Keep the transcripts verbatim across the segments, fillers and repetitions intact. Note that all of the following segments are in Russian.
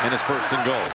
And it's first and goal.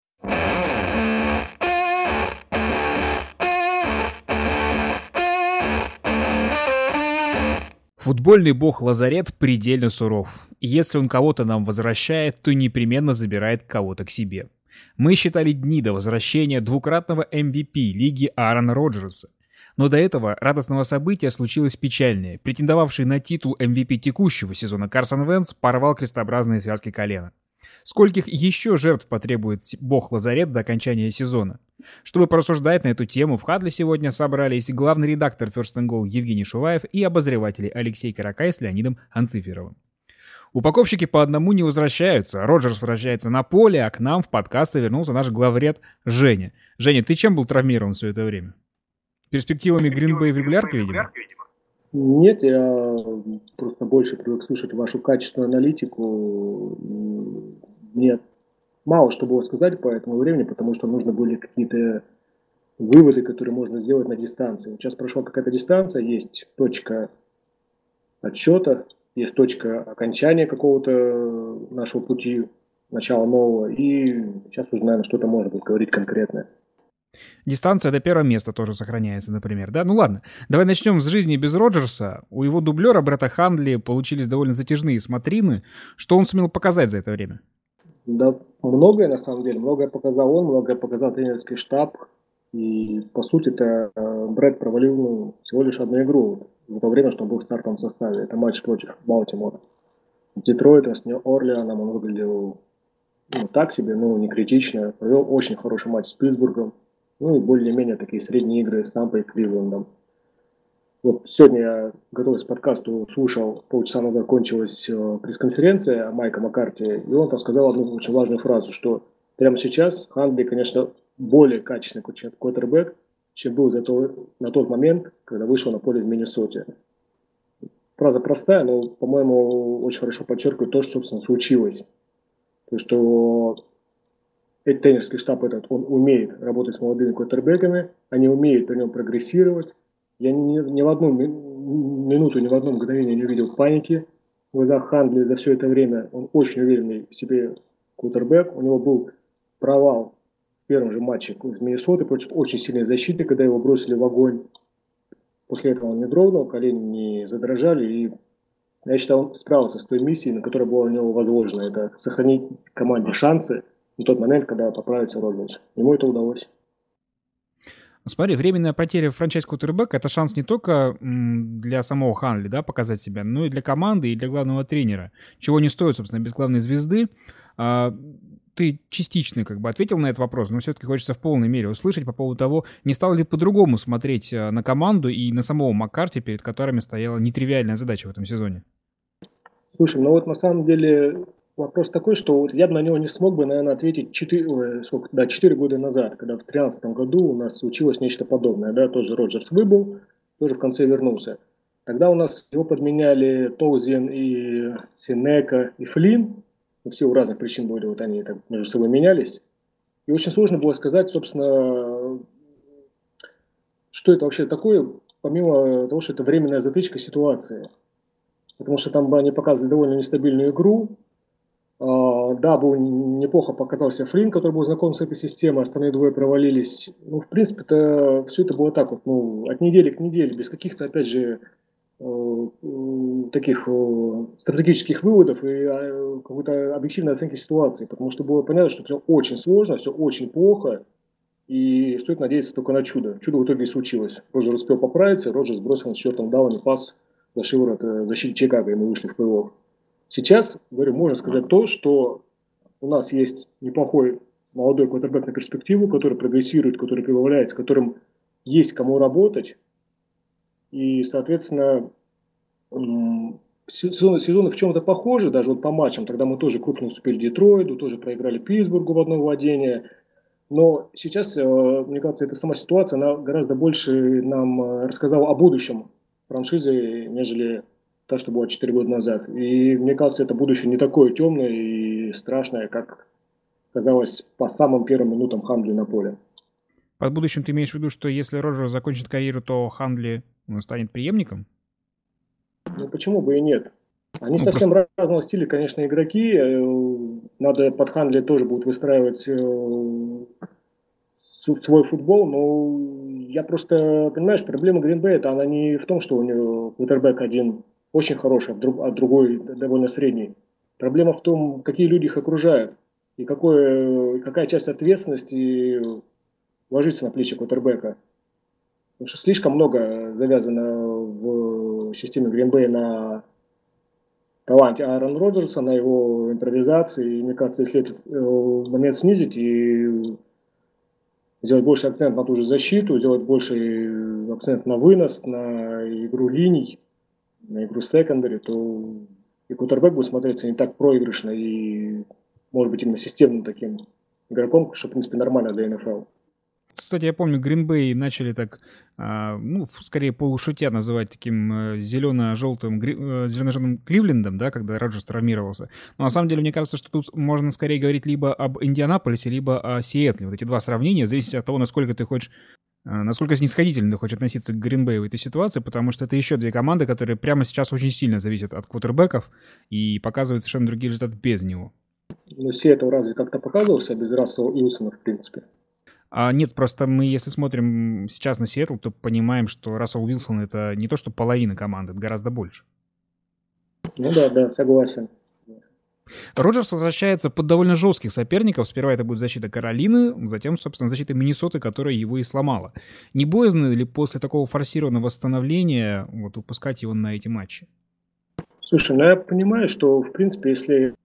Футбольный бог Лазарет предельно суров. И если он кого-то нам возвращает, то непременно забирает кого-то к себе. Мы считали дни до возвращения двукратного эм ви пи лиги Аарона Роджерса. Но до этого радостного события случилось печальное. Претендовавший на титул эм ви пи текущего сезона Карсон Венц порвал крестообразные связки колена. Скольких еще жертв потребует бог Лазарет до окончания сезона? Чтобы порассуждать на эту тему, в Хадле сегодня собрались главный редактор First and Goal Евгений Шуваев и обозреватели Алексей Каракай с Леонидом Анциферовым. Упаковщики по одному не возвращаются. Роджерс возвращается на поле, а к нам в подкасты вернулся наш главред Женя. Женя, ты чем был травмирован все это время? Перспективами Грин-Бэй в регулярке, видимо? Нет, я просто больше привык слушать вашу качественную аналитику. Мне мало что было сказать по этому времени, потому что нужны были какие-то выводы, которые можно сделать на дистанции. Вот сейчас прошла какая-то дистанция, есть точка отсчета, есть точка окончания какого-то нашего пути, начала нового, и сейчас уже, наверное, что-то можно будет говорить конкретное. Дистанция до первого места тоже сохраняется, например, да? Ну ладно, давай начнем с жизни без Роджерса. У его дублера Бретта Хандли получились довольно затяжные смотрины. Что он сумел показать за это время? Да, многое на самом деле. Многое показал он, многое показал тренерский штаб. И по сути-то Бретт провалил ну, всего лишь одну игру в то время, что он был в стартовом составе. Это матч против Балтимора. Детройт, с Нью-Орлеаном он выглядел ну, так себе, ну не критично. Провел очень хороший матч с Питтсбургом. Ну и более-менее такие средние игры с Тампой и Кливлендом. Вот сегодня я, готовясь к подкасту, слушал, полчаса назад кончилась э, пресс-конференция Майка Маккарти, и он там сказал одну очень важную фразу, что прямо сейчас Хандли, конечно, более качественный квотербэк, чем был за то, на тот момент, когда вышел на поле в Миннесоте. Фраза простая, но, по-моему, очень хорошо подчеркивает то, что, собственно, случилось. То, что этот тренерский штаб этот, он умеет работать с молодыми квотербэками, они умеют при нем прогрессировать. Я ни, ни в одну минуту, ни в одно мгновение не увидел паники в глазах Хандли за все это время. Он очень уверенный в себе квотербэк. У него был провал в первом же матче в Миннесоте против очень сильной защиты, когда его бросили в огонь. После этого он не дрогнул, колени не задрожали. И я считаю, он справился с той миссией, на которой было у него возложено. Это сохранить команде шансы в тот момент, когда поправится Роджерс. Ему это удалось. Смотри, временная потеря франчайз-квотербека — это шанс не только для самого Ханли, да, показать себя, но и для команды, и для главного тренера. Чего не стоит, собственно, без главной звезды. Ты частично как бы ответил на этот вопрос, но все-таки хочется в полной мере услышать по поводу того, не стало ли по-другому смотреть на команду и на самого Маккарти, перед которыми стояла нетривиальная задача в этом сезоне. Слушай, ну вот на самом деле вопрос такой, что вот я бы на него не смог бы, наверное, ответить четыре, сколько, да, четыре года назад, когда в две тысячи тринадцатом году у нас случилось нечто подобное. Да, тоже Роджерс выбыл, тоже в конце вернулся. Тогда у нас его подменяли Тоузен и Синека и Флинн. Все у разных причин были, вот они так между собой менялись. И очень сложно было сказать, собственно, что это вообще такое, помимо того, что это временная затычка ситуации. Потому что там они показывали довольно нестабильную игру. Uh, да, был неплохо показался Флинн, который был знаком с этой системой, остальные двое провалились. Ну, в принципе, это, все это было так вот, ну, от недели к неделе, без каких-то, опять же, uh, uh, таких uh, стратегических выводов и uh, какой-то объективной оценки ситуации, потому что было понятно, что все очень сложно, все очень плохо, и стоит надеяться только на чудо. Чудо в итоге и случилось. Роджер успел поправиться, Роджер сбросил на четвертом дауне пас за шиворот защите Чикаго, и мы вышли в плей-офф. Сейчас, говорю, можно сказать то, что у нас есть неплохой молодой квотербэк на перспективу, который прогрессирует, который прибавляет, с которым есть кому работать. И, соответственно, сезоны, сезоны в чем-то похожи, даже вот по матчам. Тогда мы тоже крупно уступили Детройту, тоже проиграли Питтсбургу в одно владение. Но сейчас, мне кажется, эта сама ситуация, она гораздо больше нам рассказала о будущем франшизы, нежели то, что было четыре года назад. И мне кажется, это будущее не такое темное и страшное, как казалось по самым первым минутам Хандли на поле. Под будущим ты имеешь в виду, что если Роджер закончит карьеру, то Хандли станет преемником? Ну, почему бы и нет? Они Ну, просто совсем разного стиля, конечно, игроки. Э, Надо под Ханли тоже будет выстраивать э, свой футбол, но я просто, понимаешь, проблема Гринбея, это она не в том, что у него квотербек один очень хороший, а, друг, а другой довольно средний. Проблема в том, какие люди их окружают и какое, какая часть ответственности ложится на плечи квотербека. Потому что слишком много завязано в системе Гринбея на таланте Аарона Роджерса, на его импровизации. И, мне кажется, если этот э, момент снизить и сделать больше акцент на ту же защиту, сделать больше э, акцент на вынос, на игру линий, на игру секондари, то и кутербэк будет смотреться не так проигрышно и, может быть, именно системным таким игроком, что, в принципе, нормально для эн эф эл. кстати, я помню, Green Bay начали так, а, ну, ф- скорее полушутя называть таким э, зелено-желтым, гри- э, зелено-желтым Кливлендом, да, когда Роджерс травмировался. Но на самом деле, мне кажется, что тут можно скорее говорить либо об Индианаполисе, либо о Сиэтле. Вот эти два сравнения зависят от того, насколько ты хочешь, э, насколько снисходительно ты хочешь относиться к Green Bay в этой ситуации, потому что это еще две команды, которые прямо сейчас очень сильно зависят от квотербеков и показывают совершенно другие результаты без него. Но Сиэтл разве как-то показывался без Рассела Уилсона, в принципе? А нет, просто мы, если смотрим сейчас на Сиэтл, то понимаем, что Рассел Уилсон — это не то, что половина команды, это гораздо больше. Ну да, да, согласен. Роджерс возвращается под довольно жестких соперников. Сперва это будет защита Каролины, затем, собственно, защита Миннесоты, которая его и сломала. Не боязно ли после такого форсированного восстановления вот, выпускать его на эти матчи? Слушай, ну я понимаю, что, в принципе, если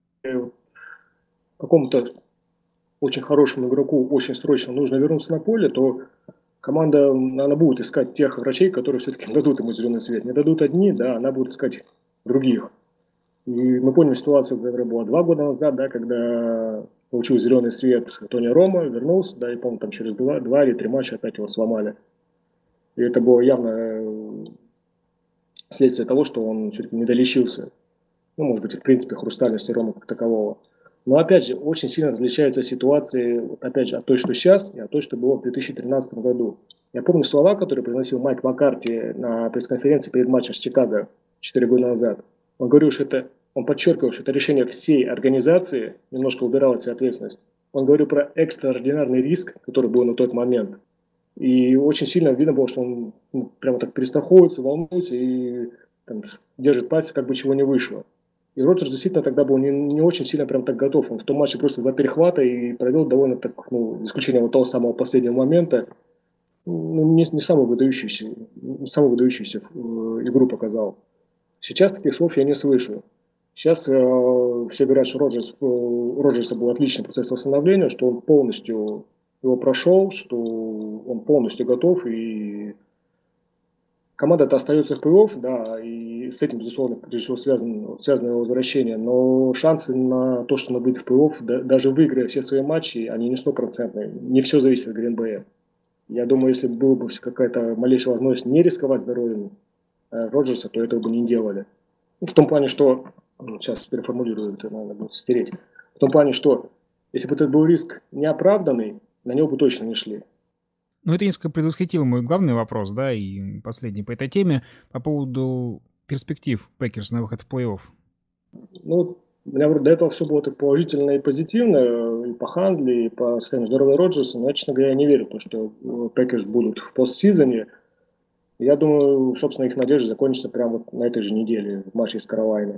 какому-то очень хорошему игроку очень срочно нужно вернуться на поле, то команда, она будет искать тех врачей, которые все-таки дадут ему зеленый свет. Не дадут одни, да, она будет искать других. И мы помним ситуацию, которая была два года назад, да, когда получил зеленый свет Тони Рома, вернулся, да, и, помню, там через два, два или три матча опять его сломали. И это было явно следствие того, что он все-таки не долечился. Ну, может быть, и в принципе хрустальности Рома как такового. Но опять же, очень сильно различаются ситуации, вот опять же, от той, что сейчас, и от той, что было в две тысячи тринадцатом году. Я помню слова, которые произносил Майк Маккарти на пресс-конференции перед матчем с Чикаго четыре года назад. Он говорил, что это, он подчеркивал, что это решение всей организации, немножко убирало от себя ответственность. Он говорил про экстраординарный риск, который был на тот момент. И очень сильно видно было, что он ну, прямо так перестраховывается, волнуется и там, держит пальцы, как бы чего не вышло. И Роджерс действительно тогда был не, не очень сильно прям так готов. Он в том матче просто два перехвата и провел довольно так, ну, за исключением вот того самого последнего момента, ну, не, не самую выдающуюся, не самую выдающуюся э, игру показал. Сейчас таких слов я не слышу. Сейчас э, все говорят, что Роджерс, э, у Роджерса был отличный процесс восстановления, что он полностью его прошел, что он полностью готов, и команда-то остается в плей-офф, да, и с этим, безусловно, прежде всего связано, связано его возвращение, но шансы на то, что он будет в плей-офф, да, даже выиграя все свои матчи, они не стопроцентные. Не все зависит от Гринбея. Я думаю, если была бы какая-то малейшая возможность не рисковать здоровьем э, Роджерса, то этого бы не делали. Ну, в том плане, что, ну, сейчас переформулирую, это надо будет стереть, в том плане, что если бы это был риск неоправданный, на него бы точно не шли. Ну, это несколько предвосхитило мой главный вопрос, да, и последний по этой теме, по поводу перспектив Пекерс на выход в плей-офф. Ну, у меня вроде до этого все было так положительно и позитивно, и по Хандли, и по состоянию здоровья Роджерса, но я, честно говоря, не верю, в то, что Пекерс будут в постсезоне. Я думаю, собственно, их надежды закончатся прямо вот на этой же неделе в матче с Каролайной.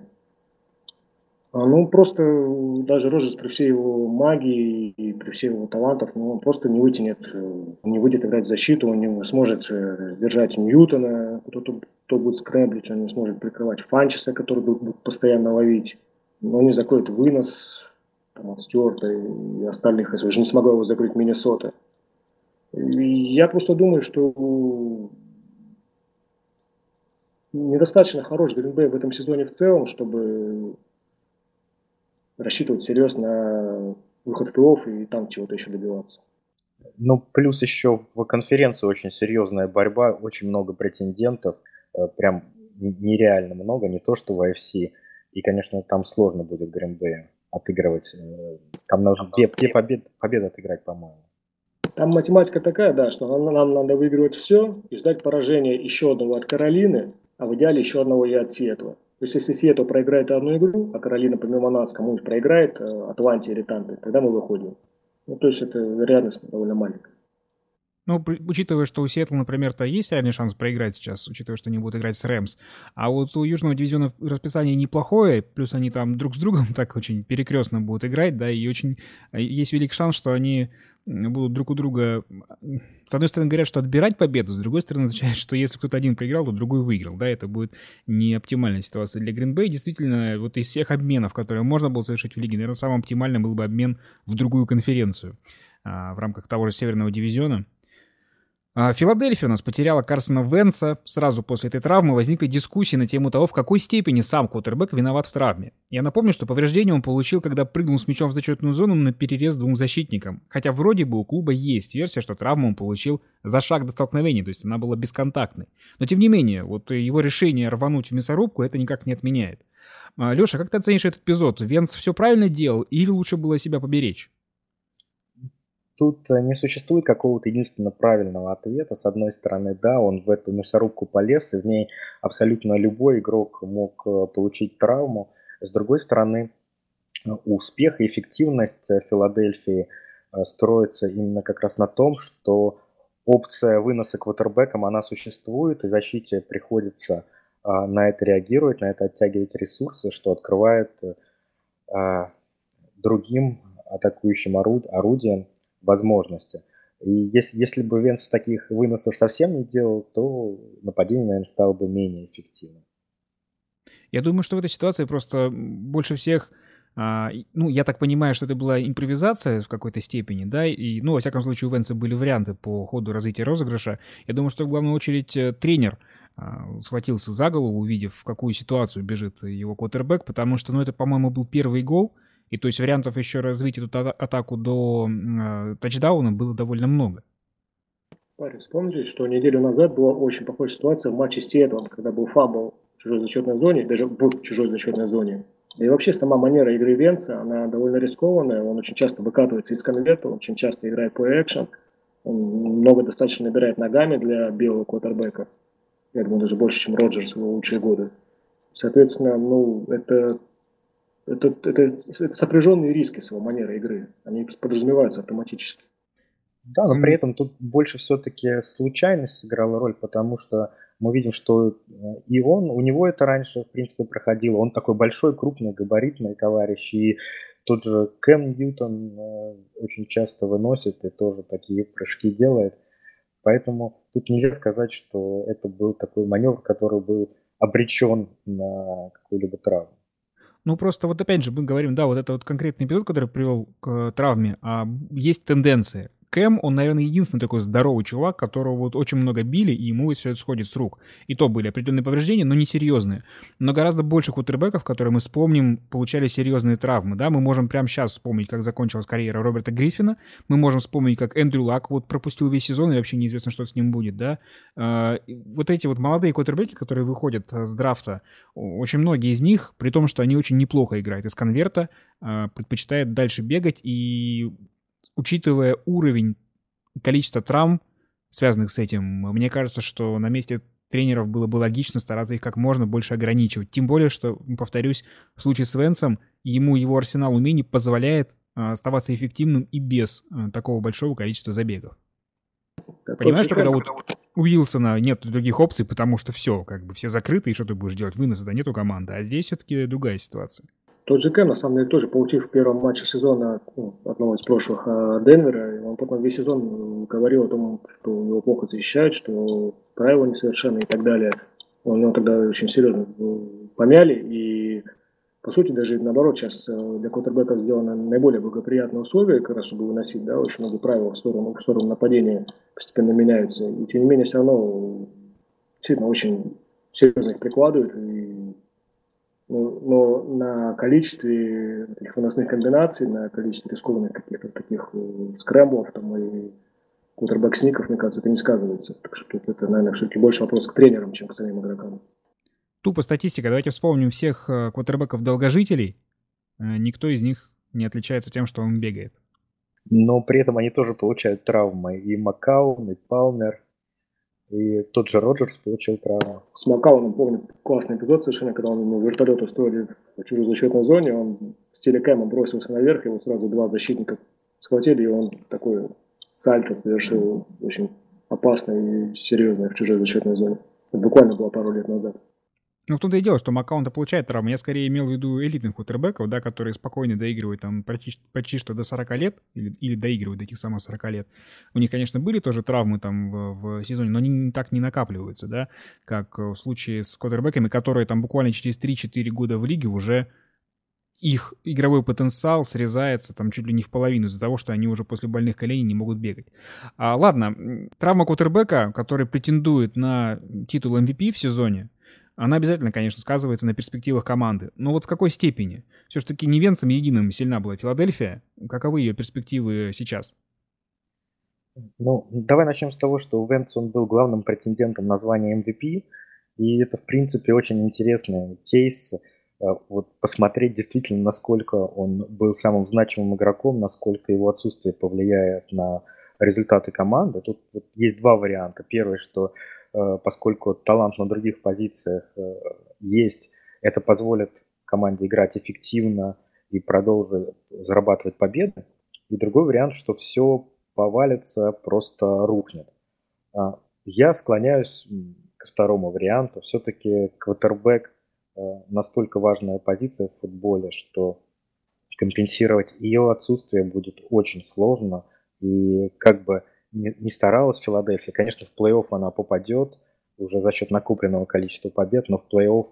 А, Ну, просто э, даже Роджерс при всей его магии и при всей его талантах, ну, он просто не вытянет, э, не выйдет играть в защиту, он не сможет э, держать Ньютона, кто, кто, кто будет скрэмблить, он не сможет прикрывать Фанчеса, который будет, будет постоянно ловить. Но он не закроет вынос там, от Стюарта и остальных, если уже не смогла его закрыть Миннесота. И я просто думаю, что недостаточно хорош Грин Бэй в этом сезоне в целом, чтобы рассчитывать серьезно на выход в плей-офф и там чего-то еще добиваться. Ну, плюс еще в конференции очень серьезная борьба, очень много претендентов, э, прям н- нереально много, не то что в эй эф си. И, конечно, там сложно будет Грин-Бэю отыгрывать. э, Там нужно две, две победы, победы отыграть, по-моему. Там математика такая, да, что нам, нам надо выигрывать все и ждать поражения еще одного от Каролины, а в идеале еще одного и от Сиэтла. То есть, если Сиэтл проиграет одну игру, а Каролина помимо нас кому-нибудь проиграет, Атланте или Тампе, тогда мы выходим. Ну, то есть, это вероятность довольно маленькая. Ну, при- учитывая, что у Сиэтла, например-то, есть реальный шанс проиграть сейчас, учитывая, что они будут играть с Рэмс, а вот у Южного дивизиона расписание неплохое, плюс они там друг с другом так очень перекрестно будут играть, да, и очень э, есть великий шанс, что они м, будут друг у друга, м, с одной стороны, говорят, что отбирать победу, с другой стороны, означает, что если кто-то один проиграл, то другой выиграл, да, это будет не оптимальная ситуация для Green Bay. Действительно, вот из всех обменов, которые можно было совершить в лиге, наверное, самым оптимальным был бы обмен в другую конференцию а, в рамках того же Северного дивизиона. А, Филадельфия у нас потеряла Карсона Венца. Сразу после этой травмы возникли дискуссии на тему того, в какой степени сам квотербек виноват в травме. Я напомню, что повреждение он получил, когда прыгнул с мячом в зачетную зону на перерез двум защитникам. Хотя вроде бы у клуба есть версия, что травму он получил за шаг до столкновения, то есть она была бесконтактной. Но тем не менее, вот его решение рвануть в мясорубку это никак не отменяет. А, Леша, как ты оценишь этот эпизод? Венц все правильно делал или лучше было себя поберечь? Тут э, не существует какого-то единственно правильного ответа. С одной стороны, да, он в эту мясорубку полез, и в ней абсолютно любой игрок мог э, получить травму. С другой стороны, э, успех и эффективность э, Филадельфии э, строится именно как раз на том, что опция выноса квотербеком, она существует, и защите приходится э, на это реагировать, на это оттягивать ресурсы, что открывает э, другим атакующим оруд- орудием возможности. И если, если бы Венс таких выносов совсем не делал, то нападение, наверное, стало бы менее эффективным. Я думаю, что в этой ситуации просто больше всех, а, и- ну, я так понимаю, что это была импровизация в какой-то степени, да, и, ну, во всяком случае, у Венса были варианты по ходу развития розыгрыша. Я думаю, что в главную очередь э, тренер а, схватился за голову, увидев, в какую ситуацию бежит его квотербек, потому что, ну, это, по-моему, был первый гол, и то есть вариантов еще развить эту ата- атаку до м, э, тачдауна было довольно много. Парень, вспомните, что неделю назад была очень похожая ситуация в матче с Сиэтлом, когда был фамбл в чужой зачетной зоне, даже в чужой зачетной зоне. Да и вообще сама манера игры Венца, она довольно рискованная, он очень часто выкатывается из конверта, очень часто играет по экшен, он много достаточно набирает ногами для белого квотербека. Я думаю, даже больше, чем Роджерс в его лучшие годы. Соответственно, ну, это, это, это, это сопряженные риски с его манерой игры. Они подразумеваются автоматически. Да, но при М, этом тут больше все-таки случайность сыграла роль, потому что мы видим, что э, и он, у него это раньше, в принципе, проходило. Он такой большой, крупный, габаритный товарищ. И тот же Кэм Ньютон э, очень часто выносит и тоже такие прыжки делает. Поэтому тут нельзя сказать, что это был такой маневр, который был обречен на какую-либо травму. Ну, просто вот опять же мы говорим, да, вот это вот конкретный эпизод, который привел к э, травме, а есть тенденции. Кэм, он, наверное, единственный такой здоровый чувак, которого вот очень много били, и ему все это сходит с рук. И то были определенные повреждения, но не серьезные. Но гораздо больше квотербеков, которые мы вспомним, получали серьезные травмы, да. Мы можем прямо сейчас вспомнить, как закончилась карьера Роберта Гриффина. Мы можем вспомнить, как Эндрю Лак вот пропустил весь сезон, и вообще неизвестно, что с ним будет, да. А, и вот эти вот молодые квотербеки, которые выходят э, с драфта, очень многие из них, при том, что они очень неплохо играют из конверта, а, предпочитают дальше бегать. И учитывая уровень, количество травм, связанных с этим, мне кажется, что на месте тренеров было бы логично стараться их как можно больше ограничивать. Тем более, что, повторюсь, в случае с Венсом, ему его арсенал умений позволяет а, оставаться эффективным и без а, такого большого количества забегов. Да, тот Понимаешь, же что когда Кэм, вот у Уилсона нет других опций, потому что все, как бы все закрыты, и что ты будешь делать? Выноса, да нету команды. А здесь все-таки другая ситуация. Тот же Кэм, на самом деле, тоже получив в первом матче сезона, ну, одного из прошлых, э, Денвера, он потом весь сезон говорил о том, что его плохо защищают, что правила несовершенны и так далее. Он его тогда очень серьезно помяли, и, по сути, даже наоборот, сейчас э, для квотербеков сделаны наиболее благоприятные условия, как раз, чтобы выносить, да, очень много правил в сторону, в сторону нападения постепенно меняются. И, тем не менее, все равно действительно очень серьезно их прикладывают, и но, но на количестве этих выносных комбинаций, на количестве рискованных каких-то таких э, скрэмблов там, и кутербэк-сников, мне кажется, это не сказывается. Так что тут это, наверное, все-таки больше вопрос к тренерам, чем к самим игрокам. Тупо статистика. Давайте вспомним всех э, квотербеков-долгожителей. Э, никто из них не отличается тем, что он бегает. Но при этом они тоже получают травмы. И Маккаун, и Палмер, и тот же Роджерс получил травму. С Маккауном, помню, классный эпизод совершенно, когда он ему вертолет устроили в чужой защитной зоне, он с телекэмом бросился наверх, его сразу два защитника схватили, и он такой сальто совершил очень опасное и серьезное в чужой защитной зоне. Это буквально было пару лет назад. Ну, в том-то и дело, что Маккаунт получает травмы. Я скорее имел в виду элитных кутербэков, да, которые спокойно доигрывают там почти, почти что до сорока лет, или, или доигрывают до этих самых сорока лет. У них, конечно, были тоже травмы там в, в сезоне, но они не, так не накапливаются, да, как в случае с кутербэками, которые там буквально через три-четыре года в лиге уже их игровой потенциал срезается там чуть ли не в половину из-за того, что они уже после больных коленей не могут бегать. А, ладно, травма кутербэка, который претендует на титул эм ви пи в сезоне, она обязательно, конечно, сказывается на перспективах команды. Но вот в какой степени? Все-таки не Венцем единым сильна была Филадельфия. Каковы ее перспективы сейчас? Ну, давай начнем с того, что Венц, он был главным претендентом на звание эм ви пи. И это, в принципе, очень интересный кейс. Вот посмотреть действительно, насколько он был самым значимым игроком, насколько его отсутствие повлияет на результаты команды. Тут вот есть два варианта. Первый, что поскольку талант на других позициях есть, это позволит команде играть эффективно и продолжить зарабатывать победы. И другой вариант, что все повалится, просто рухнет. Я склоняюсь ко второму варианту. Все-таки квотербэк настолько важная позиция в футболе, что компенсировать ее отсутствие будет очень сложно. И как бы не, не старалась Филадельфия, конечно, в плей-офф она попадет уже за счет накопленного количества побед, но в плей-офф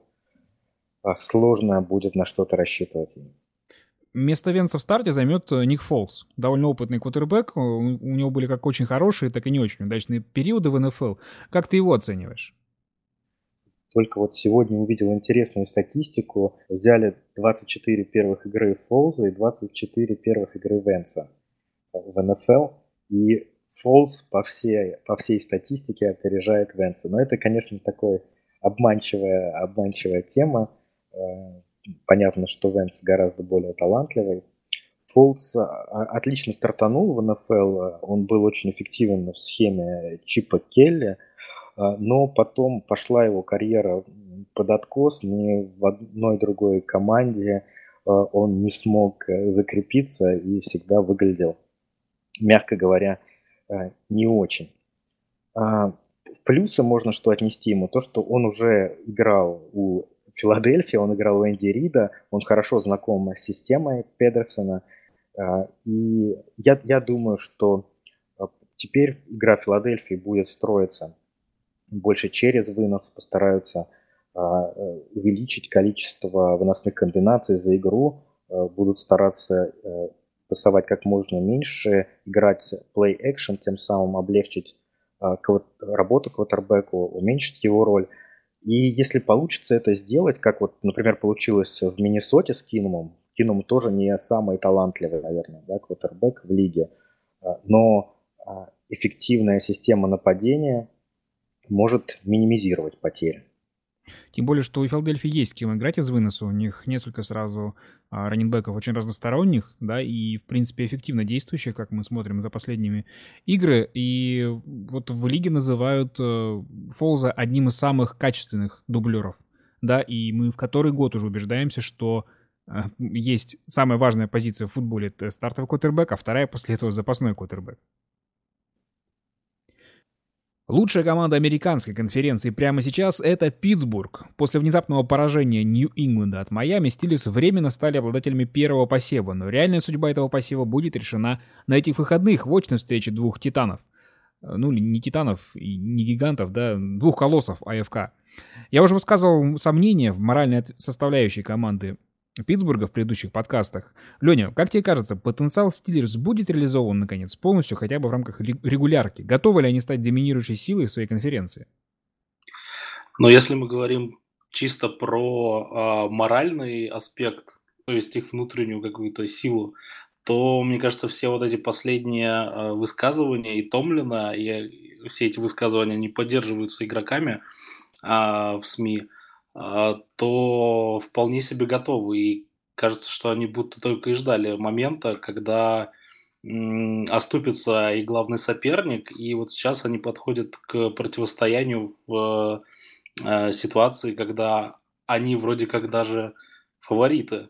сложно будет на что-то рассчитывать. Место Венца в старте займет Ник Фолс. Довольно опытный квотербэк. У него были как очень хорошие, так и не очень удачные периоды в эн эф эл. Как ты его оцениваешь? Только вот сегодня увидел интересную статистику. Взяли двадцать четыре первых игры Фолза и двадцать четыре первых игры Венца в эн эф эл. И Фолс по всей, по всей статистике опережает Венца. Но это, конечно, такая обманчивая, обманчивая тема. Понятно, что Венц гораздо более талантливый. Фолс отлично стартанул в эн эф эл. Он был очень эффективен в схеме Чипа Келли. Но потом пошла его карьера под откос. Ни в одной другой команде он не смог закрепиться и всегда выглядел, мягко говоря, не очень. Плюсы можно что отнести ему. То, что он уже играл у Филадельфии, он играл у Энди Рида, он хорошо знаком с системой Педерсона. И я, я думаю, что теперь игра Филадельфии будет строиться больше через вынос, постараются увеличить количество выносных комбинаций за игру, будут стараться пасовать как можно меньше, играть play-action, тем самым облегчить работу квотербеку, уменьшить его роль. И если получится это сделать, как вот, например, получилось в Миннесоте с Кинумом, Кинум тоже не самый талантливый, наверное, да, квотербек в лиге, но эффективная система нападения может минимизировать потери. Тем более, что у Филадельфии есть с кем играть из выноса. У них несколько сразу а, раннинбеков очень разносторонних, да, и, в принципе, эффективно действующих, как мы смотрим за последними игры. И вот в лиге называют э, Фолза одним из самых качественных дублеров, да, и мы в который год уже убеждаемся, что э, есть самая важная позиция в футболе — это стартовый квотербек, а вторая после этого запасной квотербек. Лучшая команда американской конференции прямо сейчас — это Питтсбург. После внезапного поражения Нью-Ингланда от Майами Стиллерс временно стали обладателями первого посева, но реальная судьба этого посева будет решена на этих выходных в очной встрече двух титанов. Ну, не титанов и не гигантов, да, двух колоссов а эф ка. Я уже высказывал сомнения в моральной составляющей команды Питтсбурга в предыдущих подкастах. Леня, как тебе кажется, потенциал Стиллерс будет реализован, наконец, полностью, хотя бы в рамках регулярки? Готовы ли они стать доминирующей силой в своей конференции? Но если мы говорим чисто про э, моральный аспект, то есть их внутреннюю какую-то силу, то, мне кажется, все вот эти последние э, высказывания и Томлина, и все эти высказывания не поддерживаются игроками э, в СМИ, то вполне себе готовы. И кажется, что они будто только и ждали момента, когда м, оступится и главный соперник, и вот сейчас они подходят к противостоянию в э, ситуации, когда они вроде как даже фавориты.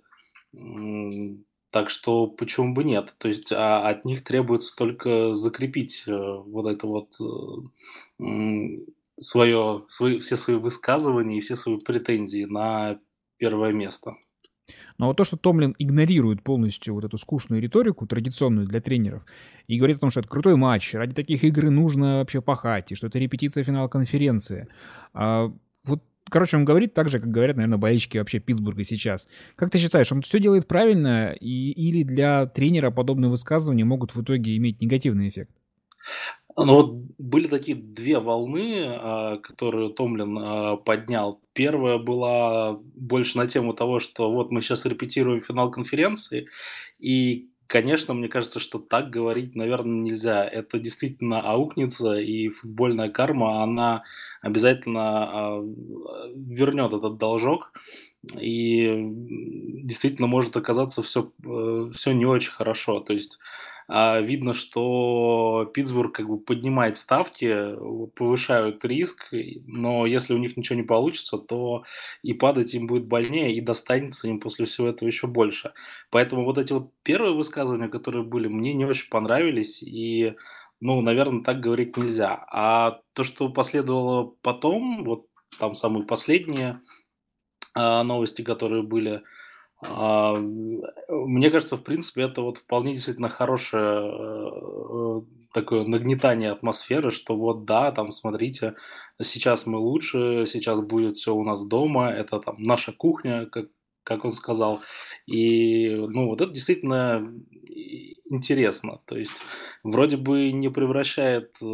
М, Так что почему бы нет? То есть а, от них требуется только закрепить э, вот это вот э, м, свое, свои, все свои высказывания и все свои претензии на первое место. Но вот то, что Томлин игнорирует полностью вот эту скучную риторику, традиционную для тренеров, и говорит о том, что это крутой матч, ради таких игр нужно вообще пахать, и что это репетиция финала конференции. А, вот, короче, он говорит так же, как говорят, наверное, болельщики вообще Питтсбурга сейчас. Как ты считаешь, он все делает правильно, и, или для тренера подобные высказывания могут в итоге иметь негативный эффект? Ну вот были такие две волны, а, которые Томлин а, поднял. Первая была больше на тему того, что вот мы сейчас репетируем финал конференции, и, конечно, мне кажется, что так говорить, наверное, нельзя. Это действительно аукнется, и футбольная карма, она обязательно а, вернет этот должок, и м, действительно может оказаться все, все не очень хорошо. То есть а, видно, что Питтсбург как бы поднимает ставки, повышают риск, и- но если у них ничего не получится, то и падать им будет больнее, и достанется им после всего этого еще больше. Поэтому вот эти вот первые высказывания, которые были, мне не очень понравились, и, ну, наверное, так говорить нельзя. А то, что последовало потом, вот там самые последние а, новости, которые были, а, мне кажется, в принципе, это вот вполне действительно хорошее э, такое нагнетание атмосферы, что вот да, там, смотрите, сейчас мы лучше, сейчас будет все у нас дома, это там наша кухня, как, как он сказал. И, ну, вот это действительно и- интересно. То есть, вроде бы не превращает э,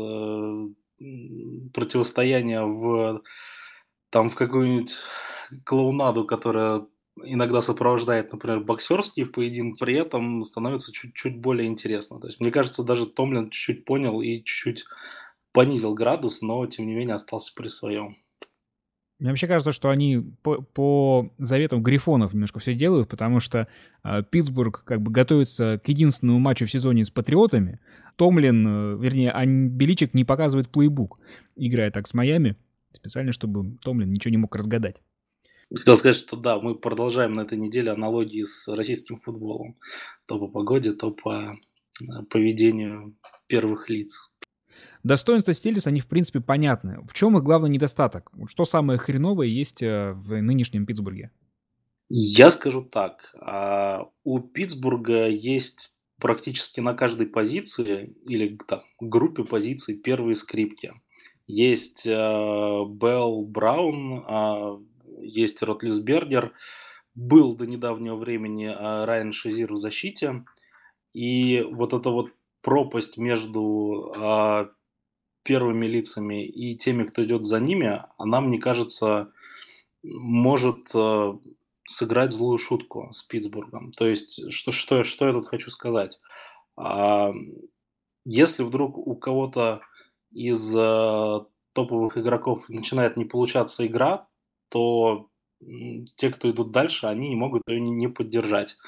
м, противостояние в там в какую-нибудь клоунаду, которая иногда сопровождает, например, боксерские поединки, при этом становится чуть-чуть более интересно. То есть, мне кажется, даже Томлин чуть-чуть понял и чуть-чуть понизил градус, но, тем не менее, остался при своем. Мне вообще кажется, что они по, по заветам Грифонов немножко все делают, потому что э, Питтсбург как бы готовится к единственному матчу в сезоне с Патриотами. Томлин, э, вернее, Ань Беличек не показывает плейбук, играя так с Майами, специально, чтобы Томлин ничего не мог разгадать. Хотел сказать, что да, мы продолжаем на этой неделе аналогии с российским футболом. То по погоде, то по э, поведению первых лиц. Достоинства Стиллерс, они в принципе понятны. В чем их главный недостаток? Вот что самое хреновое есть э, в нынешнем Питтсбурге? Я скажу так, а, у Питтсбурга есть практически на каждой позиции или там группе позиций первые скрипки. Есть а, Белл Браун, а, есть Ротлисбергер, был до недавнего времени а, Райан Шазир в защите. И вот эта вот пропасть между а, первыми лицами и теми, кто идет за ними, она, мне кажется, может э, сыграть злую шутку с Питтсбургом. То есть, что, что, что я тут хочу сказать? А, Если вдруг у кого-то из э, топовых игроков начинает не получаться игра, то м, те, кто идут дальше, они не могут ее не, не поддержать.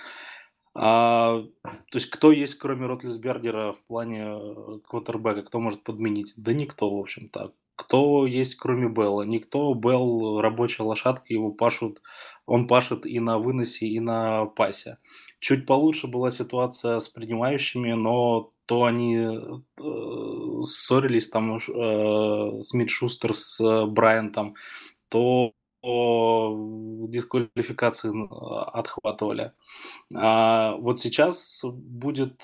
А, то есть кто есть, кроме Ротлисбергера, в плане э, квотербека, кто может подменить? Да никто, в общем-то. Кто есть, кроме Белла? Никто. Белл рабочая лошадка, его пашут, он пашет и на выносе, и на пасе. Чуть получше была ситуация с принимающими, но то они э, ссорились там э, Смит Шустер с э, Брайантом, то о, дисквалификации н- отхватывали. А, вот сейчас будет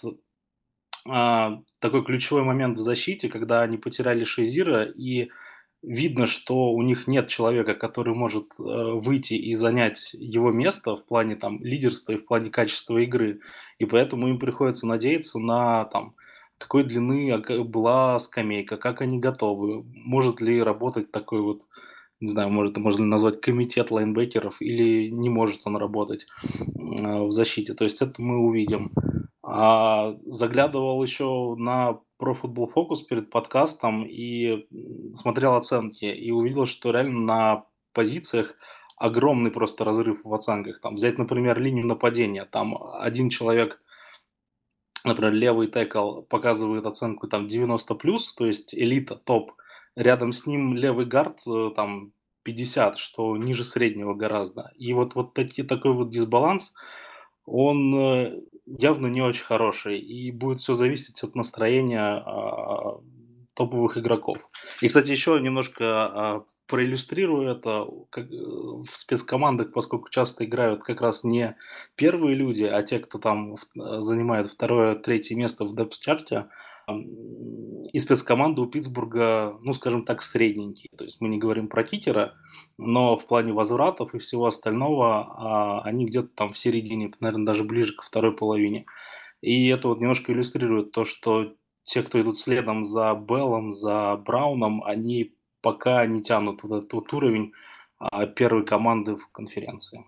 а, такой ключевой момент в защите, когда они потеряли Шезира, и видно, что у них нет человека, который может э, выйти и занять его место в плане там лидерства и в плане качества игры. И поэтому им приходится надеяться на там какой длины ока- была скамейка, как они готовы, может ли работать такой вот, не знаю, может, можно ли назвать комитет лайнбекеров, или не может он работать м, в защите. То есть это мы увидим. А, заглядывал еще на Pro Football Focus перед подкастом и м, смотрел оценки, и увидел, что реально на позициях огромный просто разрыв в оценках. Там взять, например, линию нападения. Там один человек например, левый текл показывает оценку там девяносто плюс, то есть элита, топ. Рядом с ним левый гард там пятьдесят, что ниже среднего гораздо. И вот, вот таки, такой вот дисбаланс, он э, явно не очень хороший. И будет все зависеть от настроения э, топовых игроков. И, кстати, еще немножко э, проиллюстрирую это. Как, э, в спецкомандах, поскольку часто играют как раз не первые люди, а те, кто там в, занимает второе, третье место в депс-чарте, и спецкоманды у Питтсбурга, ну, скажем так, средненькие. То есть мы не говорим про кикера, но в плане возвратов и всего остального а, они где-то там в середине, наверное, даже ближе к второй половине. И это вот немножко иллюстрирует то, что те, кто идут следом за Беллом, за Брауном, они пока не тянут вот этот вот уровень а, первой команды в конференции.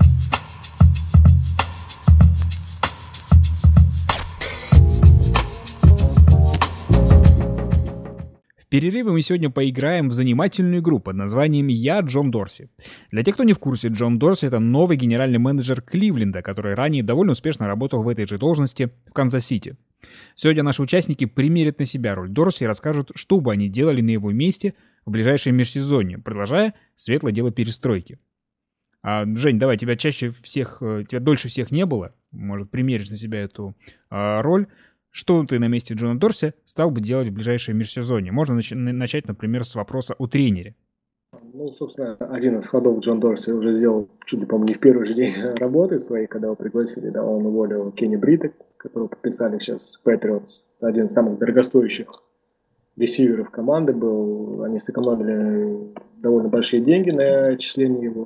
В перерыве мы сегодня поиграем в занимательную игру под названием «Я Джон Дорси». Для тех, кто не в курсе, Джон Дорси — это новый генеральный менеджер Кливленда, который ранее довольно успешно работал в этой же должности в Канзас-Сити. Сегодня наши участники примерят на себя роль Дорси и расскажут, что бы они делали на его месте в ближайшем межсезонье, продолжая светлое дело перестройки. А, Жень, давай, тебя чаще всех, тебя дольше всех не было, может, примеришь на себя эту а, роль. Что ты на месте Джона Дорси стал бы делать в ближайшем межсезонье? Можно нач- начать, например, с вопроса о тренере. Ну, собственно, один из ходов Джон Дорси уже сделал, чуть ли, по-моему, не в первый же день работы своей, когда его пригласили, да, он уволил Кенни Бритта, которого подписали сейчас Патриотс, один из самых дорогостоящих ресиверов команды был. Они сэкономили довольно большие деньги на отчисление его.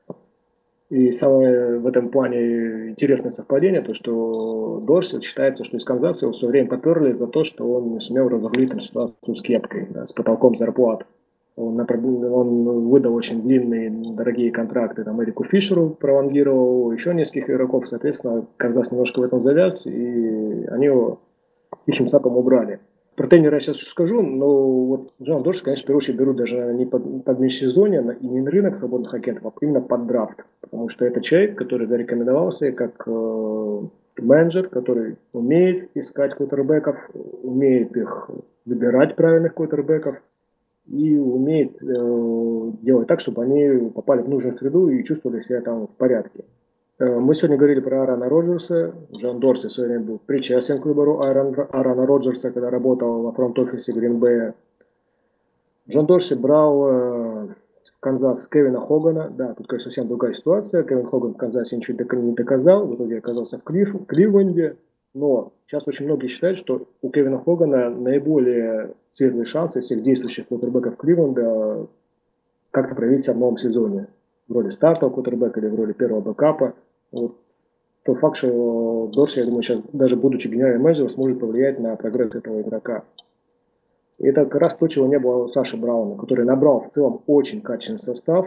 И самое в этом плане интересное совпадение, то что Дорси считается, что из Канзаса его все время поперли за то, что он не сумел разрулить там ситуацию с кепкой, да, с потолком зарплат. Он, он выдал очень длинные, дорогие контракты там Эрику Фишеру, пролонгировал еще нескольких игроков, соответственно, Канзас немножко в этом завяз, и они его тихим сапом убрали. Про тренера я сейчас скажу, но вот Джон Дорси, конечно, в первую очередь берут даже не под, под межсезонье и не на рынок свободных агентов, а именно под драфт. Потому что это человек, который зарекомендовался как э, менеджер, который умеет искать квотербеков, умеет их выбирать правильных квотербеков и умеет э, делать так, чтобы они попали в нужную среду и чувствовали себя там в порядке. Мы сегодня говорили про Аарона Роджерса. Джон Дорси сегодня был причастен к выбору Аарона, Аарона Роджерса, когда работал во фронт-офисе Грин-Бэя. Джон Дорси брал э, в Канзас Кевина Хогана. Да, тут, конечно, совсем другая ситуация. Кевин Хоган в Канзасе ничего не доказал. В итоге оказался в Клив, Кливленде. Но сейчас очень многие считают, что у Кевина Хогана наиболее светлые шансы всех действующих квотербеков Кливленда как-то проявить себя в новом сезоне. В роли стартового квотербека или в роли первого бэкапа. Вот тот факт, что Дорси, я думаю, сейчас, даже будучи генеральным менеджером, сможет повлиять на прогресс этого игрока. И это как раз то, чего не было у Саши Брауна, который набрал в целом очень качественный состав.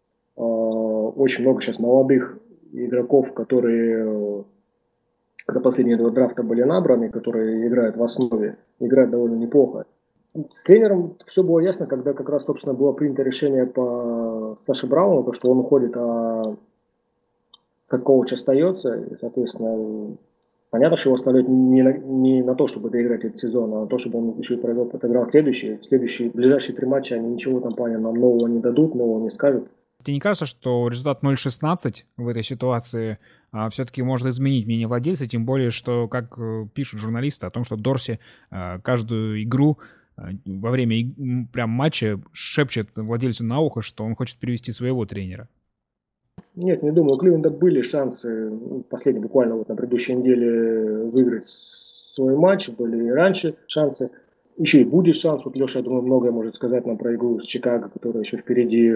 Очень много сейчас молодых игроков, которые за последние два драфта были набраны, которые играют в основе, играют довольно неплохо. С тренером все было ясно, когда как раз, собственно, было принято решение по Саше Брауну, то, что он уходит, а как коуч остается, и, соответственно, понятно, что его оставляют не на, не на то, чтобы доиграть этот сезон, а на то, чтобы он еще и провел, отыграл следующие, следующие, ближайшие три матча, они ничего в этом плане нам нового не дадут, нового не скажут. Тебе не кажется, что результат ноль шестнадцать в этой ситуации а, все-таки может изменить мнение владельца, тем более, что, как пишут журналисты, о том, что Дорси а, каждую игру а, во время прям матча шепчет владельцу на ухо, что он хочет привести своего тренера? Нет, не думаю. У Кливленда были шансы, последние буквально вот на предыдущей неделе, выиграть свой матч, были и раньше шансы. Еще и будет шанс. Вот Леша, я думаю, многое может сказать нам про игру с Чикаго, которая еще впереди.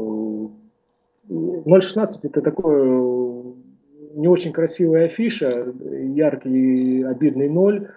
ноль шестнадцать это такое не очень красивая афиша, яркий, обидный ноль.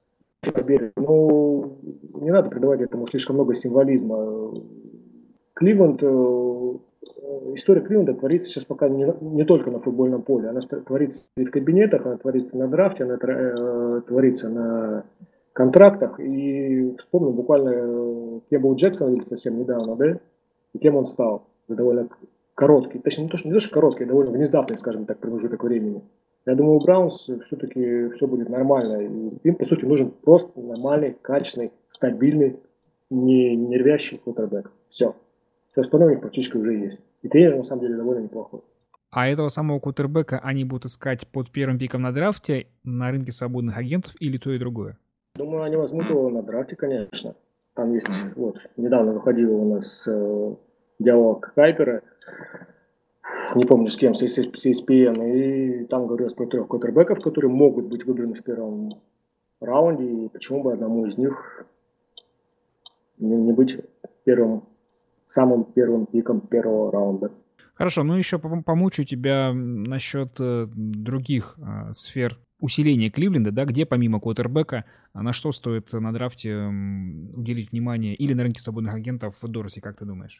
Но не надо придавать этому слишком много символизма. Кливленд... История Кливленда творится сейчас пока не, не только на футбольном поле, она творится и в кабинетах, она творится на драфте, она творится на контрактах. И вспомнил буквально, кем был Джексон совсем недавно, да, и кем он стал за довольно короткий, точнее не то, что, не то, что короткий, а довольно внезапный, скажем так, промежуток времени. Я думаю, у Браунс все-таки все будет нормально. И им, по сути, нужен просто нормальный, качественный, стабильный, не нервящий квотербек. Все. Все остальное у них практически уже есть. И тренер, на самом деле, довольно неплохой. А этого самого квотербека они будут искать под первым пиком на драфте на рынке свободных агентов или то и другое? Думаю, они возьмут его на драфте, конечно. Там есть, вот, недавно выходил у нас э, диалог Хайпера, не помню с кем, с эс пи эн, и там говорилось про трех квотербеков, которые могут быть выбраны в первом раунде, и почему бы одному из них не, не быть первым, самым первым пиком первого раунда. Хорошо, ну еще помучу тебя насчет э, других э, сфер усиления Кливленда, да, где помимо квотербека, на что стоит на драфте э, уделить внимание или на рынке свободных агентов в Дорсе, как ты думаешь?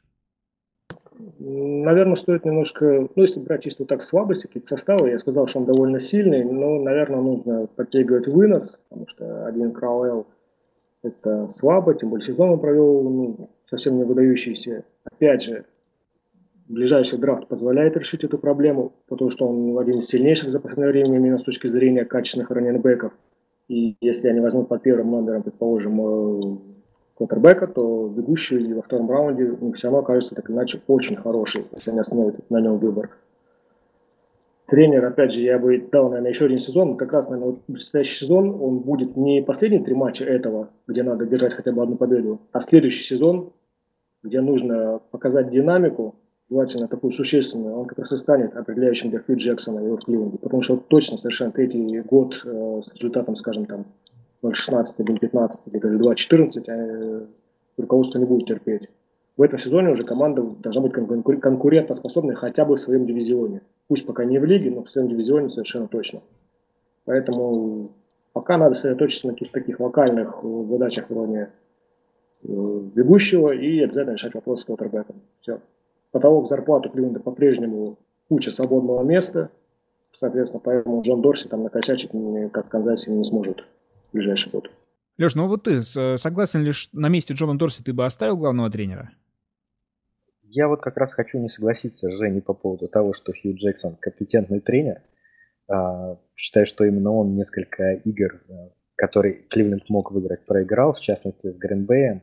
Наверное, стоит немножко, ну, если брать чисто так слабости, какие-то составы, я сказал, что он довольно сильный, но, наверное, нужно подтягивать вынос, потому что один Крауэлл это слабо, тем более сезон он провел ну, совсем не выдающийся. Опять же, ближайший драфт позволяет решить эту проблему, потому что он один из сильнейших за последнее время именно с точки зрения качественных раннинбеков. И если они возьмут под первым номером, предположим, квотербека, то ведущий во втором раунде у них все равно окажется так иначе очень хороший, если они остановят на нем выбор. Тренер, опять же, я бы дал, наверное, еще один сезон. Как раз, наверное, вот предстоящий сезон, он будет не последние три матча этого, где надо держать хотя бы одну победу, а следующий сезон, где нужно показать динамику, желательно такую существенную, он как раз и станет определяющим для Хью Джексона и его в Кливленде. Потому что точно совершенно третий год э, с результатом, скажем, там ноль шестнадцать, один пятнадцать или даже два четырнадцать э, руководство не будет терпеть. В этом сезоне уже команда должна быть конкурентоспособной хотя бы в своем дивизионе. Пусть пока не в лиге, но в своем дивизионе совершенно точно. Поэтому пока надо сосредоточиться на каких-то таких локальных задачах вроде бегущего и обязательно решать вопрос с квотербеком. Все. Потолок зарплаты Кливленда по-прежнему куча свободного места. Соответственно, поэтому Джон Дорси там накосячить, как в Канзасе, не сможет в ближайший год. Леш, ну вот ты согласен ли, что на месте Джона Дорси ты бы оставил главного тренера? Я вот как раз хочу не согласиться с Женей по поводу того, что Хью Джексон компетентный тренер. Считаю, что именно он несколько игр, которые Кливленд мог выиграть, проиграл, в частности с Грин-Бэем.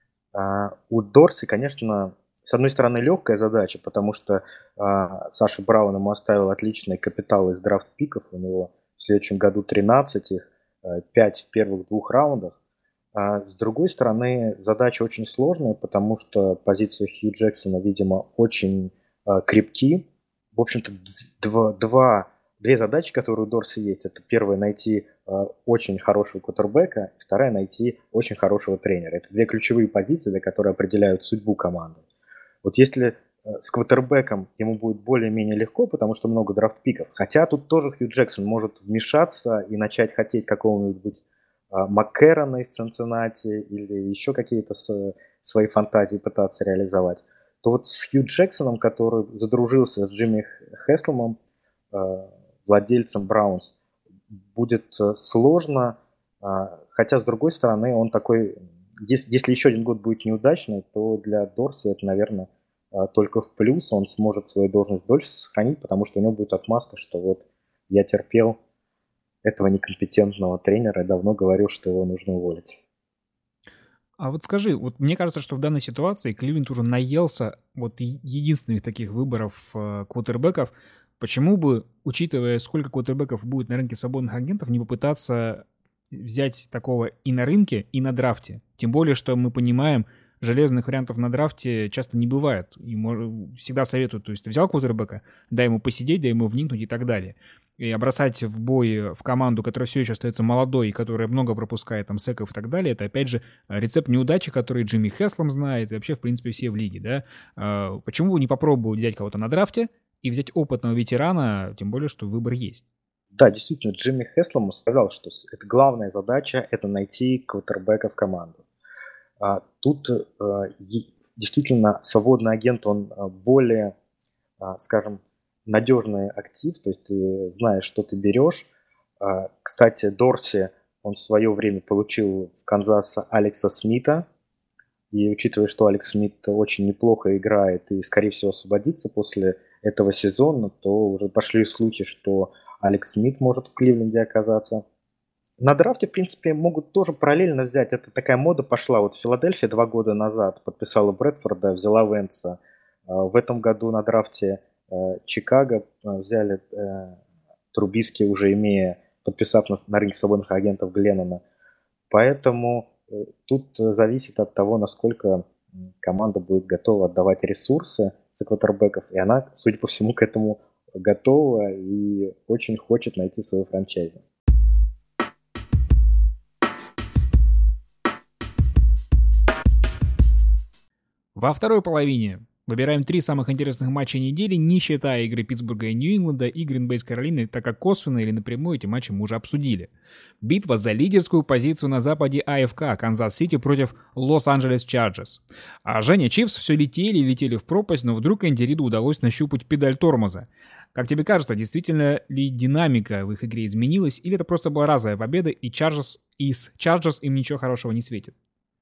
У Дорси, конечно, с одной стороны, легкая задача, потому что Саша Браун ему оставил отличный капитал из драфт-пиков. У него в следующем году тринадцать их, пять в первых двух раундах. А с другой стороны, задача очень сложная, потому что позиции Хью Джексона, видимо, очень э, крепки. В общем-то, два, два, две задачи, которые у Дорси есть. Это первая — найти э, очень хорошего квотербека, вторая — найти очень хорошего тренера. Это две ключевые позиции, которые определяют судьбу команды. Вот если э, с квотербеком ему будет более-менее легко, потому что много драфт-пиков, хотя тут тоже Хью Джексон может вмешаться и начать хотеть какого-нибудь МакКеррона из Цинциннати или еще какие-то свои фантазии пытаться реализовать, то вот с Хью Джексоном, который задружился с Джимми Хесломом, владельцем Браунс, будет сложно, хотя с другой стороны он такой, если, если еще один год будет неудачный, то для Дорси это, наверное, только в плюс, он сможет свою должность дольше сохранить, потому что у него будет отмазка, что вот я терпел этого некомпетентного тренера, давно говорил, что его нужно уволить. А вот скажи, вот мне кажется, что в данной ситуации Кливленд уже наелся вот единственных таких выборов э, квотербеков. Почему бы, учитывая, сколько квотербеков будет на рынке свободных агентов, не попытаться взять такого и на рынке, и на драфте? Тем более, что мы понимаем, железных вариантов на драфте часто не бывает. И всегда советуют, то есть ты взял квотербека, дай ему посидеть, дай ему вникнуть и так далее. И бросать в бой в команду, которая все еще остается молодой и которая много пропускает там секов и так далее, это опять же рецепт неудачи, который Джимми Хеслом знает и вообще в принципе все в лиге, да. Почему бы не попробовать взять кого-то на драфте и взять опытного ветерана, тем более, что выбор есть? Да, действительно, Джимми Хеслом сказал, что это главная задача – это найти квотербека в команду. А тут а, действительно свободный агент, он более, а, скажем, надежный актив, то есть ты знаешь, что ты берешь. А, кстати, Дорси, он в свое время получил в Канзасе Алекса Смита, и учитывая, что Алекс Смит очень неплохо играет и, скорее всего, освободится после этого сезона, то уже пошли слухи, что Алекс Смит может в Кливленде оказаться. На драфте, в принципе, могут тоже параллельно взять. Это такая мода пошла. Вот Филадельфия два года назад подписала Брэдфорда, взяла Венца. В этом году на драфте Чикаго взяли Трубиски, уже имея, подписав на, на рынке свободных агентов Гленнона. Поэтому тут зависит от того, насколько команда будет готова отдавать ресурсы за квотербеков. И она, судя по всему, к этому готова и очень хочет найти свою франчайзи. Во второй половине выбираем три самых интересных матча недели, не считая игры Питтсбурга и Нью-Ингланда и Грин-Бей с Каролиной, так как косвенно или напрямую эти матчи мы уже обсудили. Битва за лидерскую позицию на западе эй эф си, Канзас-Сити против Лос-Анджелес Чарджерс. А Женя, Чифс все летели и летели в пропасть, но вдруг Энди Риду удалось нащупать педаль тормоза. Как тебе кажется, действительно ли динамика в их игре изменилась, или это просто была разовая победа, и Чарджерс из Чарджерс им ничего хорошего не светит?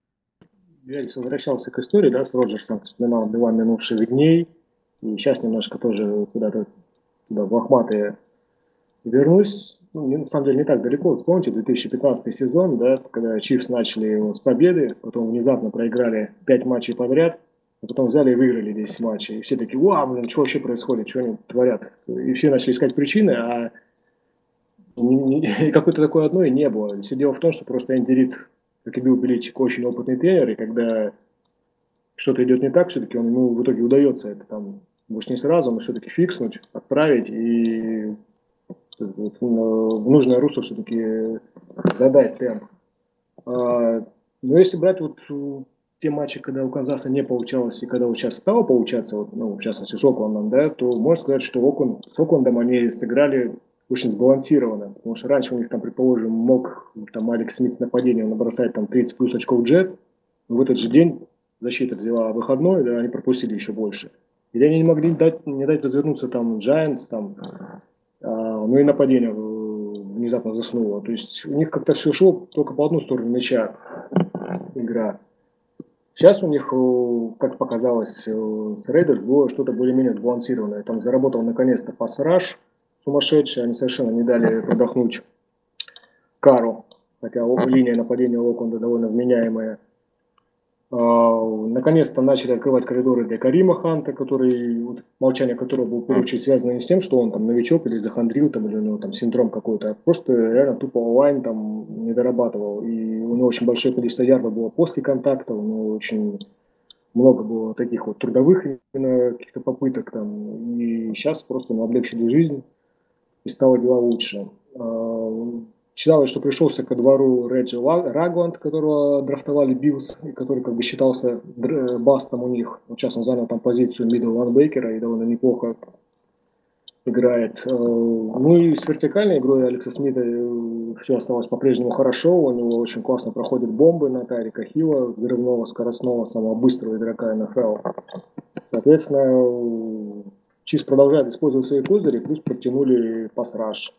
Я возвращался к истории, да, с Роджерсом, вспоминал два минувших дней, и сейчас немножко тоже куда-то туда в лохматые вернусь. Ну, на самом деле не так далеко. Вспомните две тысячи пятнадцатый сезон, да, когда Чифс начали с победы, потом внезапно проиграли пять матчей подряд, а потом взяли и выиграли десять матчей. И все такие: вау, блин, что вообще происходит, что они творят? И все начали искать причины, а какой-то такой одной не было. Все дело в том, что просто Энди Рид, как и Билл Беличик, очень опытный тренер, и когда что-то идет не так, все-таки он, ему в итоге удается это там, может, не сразу, но все-таки фикснуть, отправить и в нужное русло все-таки задать темп. Но если брать вот те матчи, когда у Канзаса не получалось, и когда вот сейчас стало получаться, вот, ну, в частности с Оклендом, да, то можно сказать, что Окленд, с Оклендом они сыграли очень сбалансированно, потому что раньше у них там, предположим, мог там Алекс Смит с нападением набросать там тридцать плюс очков Джет, но в этот же день защита взяла выходной, да, они пропустили еще больше. Или они не могли дать, не дать развернуться там Giants, там, а, ну и нападение внезапно заснуло. То есть у них как-то все шло только по одну сторону мяча игра. Сейчас у них, как показалось, с Рейдерс было что-то более-менее сбалансированное. Там заработал наконец-то пас-раш сумасшедшие, они совершенно не дали продохнуть Кару, хотя линия нападения Окленда довольно вменяемая. Наконец-то начали открывать коридоры для Карима Ханта, который, вот, молчание которого было прочее связано не с тем, что он там новичок или захандрил, там, или у него там синдром какой-то, а просто реально тупо онлайн там не дорабатывал. И у него очень большое количество ярдов было после контакта, у него очень много было таких вот трудовых именно каких-то попыток там. И сейчас просто ну, облегчили жизнь. И стало дела лучше. Читалось, что пришелся ко двору Реджи Рагланд, которого драфтовали Биллс, и который как бы считался бастом у них. Вот сейчас он занял там позицию мидл лайнбекера и довольно неплохо играет. Ну и с вертикальной игрой Алекса Смита все осталось по-прежнему хорошо. У него очень классно проходят бомбы на Тайрика Хилла, взрывного, скоростного, самого быстрого игрока эн эф эл. Соответственно, Чифс продолжает использовать свои козыри, плюс подтянули пас-раш.